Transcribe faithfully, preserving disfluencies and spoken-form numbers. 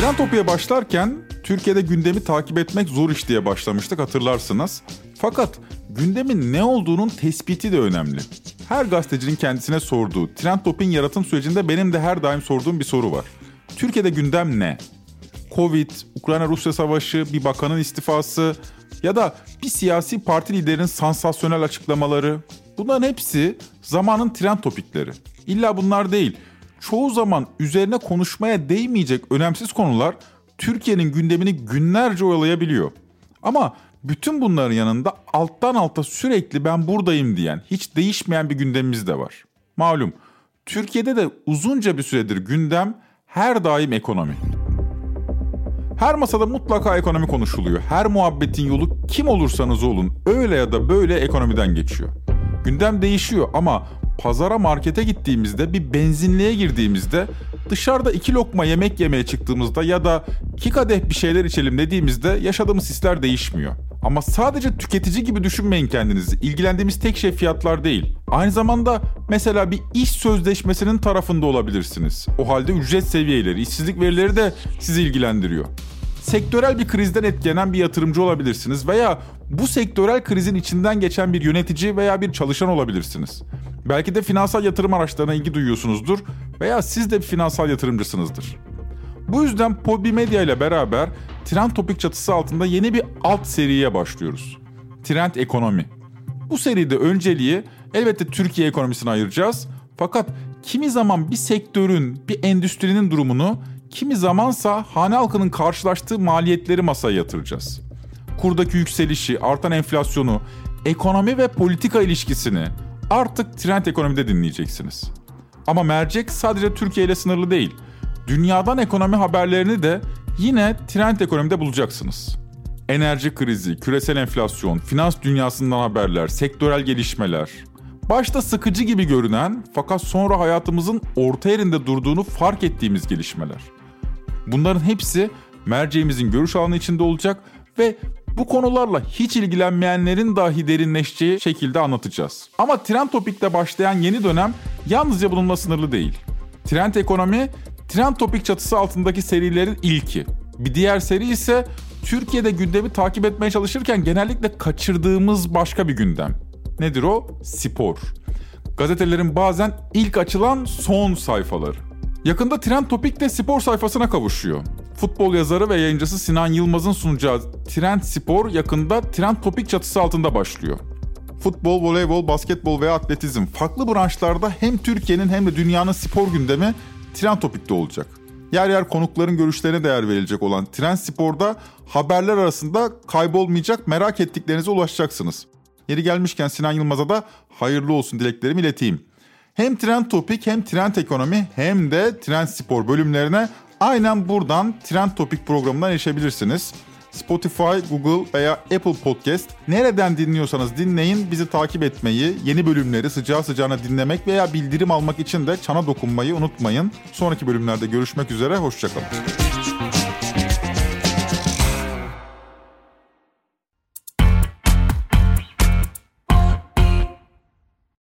Trend Topik'e başlarken Türkiye'de gündemi takip etmek zor iş diye başlamıştık, hatırlarsınız. Fakat gündemin ne olduğunun tespiti de önemli. Her gazetecinin kendisine sorduğu, Trend Topik'in yaratım sürecinde benim de her daim sorduğum bir soru var. Türkiye'de gündem ne? Covid, Ukrayna-Rusya savaşı, bir bakanın istifası ya da bir siyasi parti liderinin sansasyonel açıklamaları. Bunların hepsi zamanın trend topikleri. İlla bunlar değil. Çoğu zaman üzerine konuşmaya değmeyecek önemsiz konular Türkiye'nin gündemini günlerce oyalayabiliyor. Ama bütün bunların yanında alttan alta sürekli ben buradayım diyen, hiç değişmeyen bir gündemimiz de var. Malum, Türkiye'de de uzunca bir süredir gündem her daim ekonomi. Her masada mutlaka ekonomi konuşuluyor. Her muhabbetin yolu kim olursanız olun öyle ya da böyle ekonomiden geçiyor. Gündem değişiyor ama pazara, markete gittiğimizde, bir benzinliğe girdiğimizde, dışarıda iki lokma yemek yemeye çıktığımızda ya da iki kadeh bir şeyler içelim dediğimizde yaşadığımız hisler değişmiyor. Ama sadece tüketici gibi düşünmeyin kendinizi. İlgilendiğimiz tek şey fiyatlar değil. Aynı zamanda mesela bir iş sözleşmesinin tarafında olabilirsiniz. O halde ücret seviyeleri, işsizlik verileri de sizi ilgilendiriyor. Sektörel bir krizden etkilenen bir yatırımcı olabilirsiniz veya bu sektörel krizin içinden geçen bir yönetici veya bir çalışan olabilirsiniz. Belki de finansal yatırım araçlarına ilgi duyuyorsunuzdur veya siz de bir finansal yatırımcısınızdır. Bu yüzden Podbi Medya ile beraber Trend Topik çatısı altında yeni bir alt seriye başlıyoruz. Trend Ekonomi. Bu seride önceliği elbette Türkiye ekonomisine ayıracağız. Fakat kimi zaman bir sektörün, bir endüstrinin durumunu, kimi zamansa hane halkının karşılaştığı maliyetleri masaya yatıracağız. Kurdaki yükselişi, artan enflasyonu, ekonomi ve politika ilişkisini artık Trend Ekonomi'de dinleyeceksiniz. Ama mercek sadece Türkiye ile sınırlı değil. Dünyadan ekonomi haberlerini de yine Trend Ekonomi'de bulacaksınız. Enerji krizi, küresel enflasyon, finans dünyasından haberler, sektörel gelişmeler. Başta sıkıcı gibi görünen fakat sonra hayatımızın orta yerinde durduğunu fark ettiğimiz gelişmeler. Bunların hepsi merceğimizin görüş alanı içinde olacak ve bu konularla hiç ilgilenmeyenlerin dahi derinleşeceği şekilde anlatacağız. Ama Trend Topik'te başlayan yeni dönem yalnızca bununla sınırlı değil. Trend Ekonomi, Trend Topik çatısı altındaki serilerin ilki. Bir diğer seri ise Türkiye'de gündemi takip etmeye çalışırken genellikle kaçırdığımız başka bir gündem. Nedir o? Spor. Gazetelerin bazen ilk açılan son sayfaları. Yakında Trend Topik de spor sayfasına kavuşuyor. Futbol yazarı ve yayıncısı Sinan Yılmaz'ın sunacağı Trend Spor yakında Trend Topik çatısı altında başlıyor. Futbol, voleybol, basketbol veya atletizm farklı branşlarda hem Türkiye'nin hem de dünyanın spor gündemi Trend Topik'te olacak. Yer yer konukların görüşlerine değer verilecek olan Trend Spor'da haberler arasında kaybolmayacak, merak ettiklerinize ulaşacaksınız. Yeri gelmişken Sinan Yılmaz'a da hayırlı olsun dileklerimi ileteyim. Hem Trend Topik hem Trend Ekonomi hem de Trend Spor bölümlerine aynen buradan Trend Topik programından erişebilirsiniz. Spotify, Google veya Apple Podcast nereden dinliyorsanız dinleyin, bizi takip etmeyi, yeni bölümleri sıcağı sıcağına dinlemek veya bildirim almak için de çana dokunmayı unutmayın. Sonraki bölümlerde görüşmek üzere, hoşça kalın.